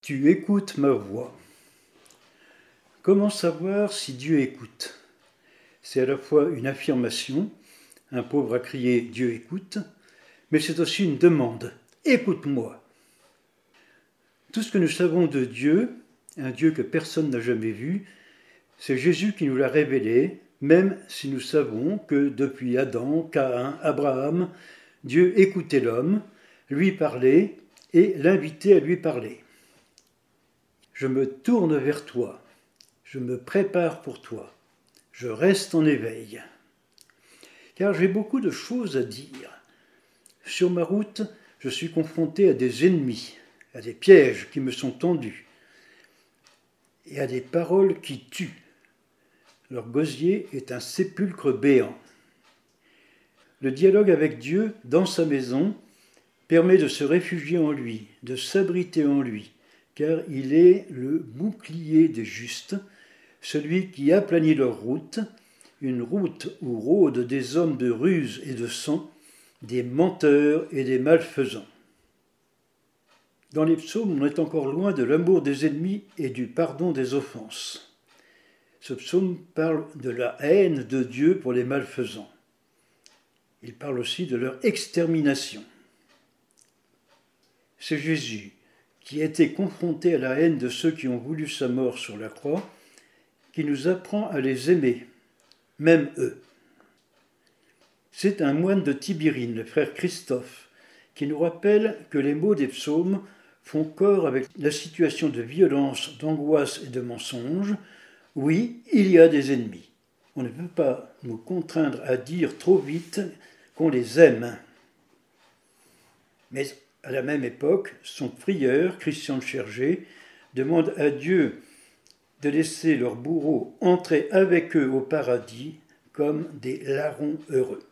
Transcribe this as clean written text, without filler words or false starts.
Tu écoutes ma voix. Comment savoir si Dieu écoute ? C'est à la fois une affirmation, un pauvre a crié « Dieu écoute », mais c'est aussi une demande « Écoute-moi ». Tout ce que nous savons de Dieu, un Dieu que personne n'a jamais vu, c'est Jésus qui nous l'a révélé, même si nous savons que depuis Adam, Caïn, Abraham, Dieu écoutait l'homme, lui parlait et l'invitait à lui parler. Je me tourne vers toi, je me prépare pour toi, je reste en éveil. Car j'ai beaucoup de choses à dire. Sur ma route, je suis confronté à des ennemis, à des pièges qui me sont tendus, et à des paroles qui tuent. Leur gosier est un sépulcre béant. Le dialogue avec Dieu, dans sa maison, permet de se réfugier en lui, de s'abriter en lui, car il est le bouclier des justes, celui qui aplanit leur route, une route où rôdent des hommes de ruse et de sang, des menteurs et des malfaisants. Dans les psaumes, on est encore loin de l'amour des ennemis et du pardon des offenses. Ce psaume parle de la haine de Dieu pour les malfaisants. Il parle aussi de leur extermination. C'est Jésus qui a été confronté à la haine de ceux qui ont voulu sa mort sur la croix, qui nous apprend à les aimer, même eux. C'est un moine de Tibérine, le frère Christophe, qui nous rappelle que les mots des psaumes font corps avec la situation de violence, d'angoisse et de mensonge. Oui, il y a des ennemis. On ne peut pas nous contraindre à dire trop vite qu'on les aime. Mais à la même époque, son prieur, Christian de Chergé, demande à Dieu de laisser leurs bourreaux entrer avec eux au paradis comme des larrons heureux.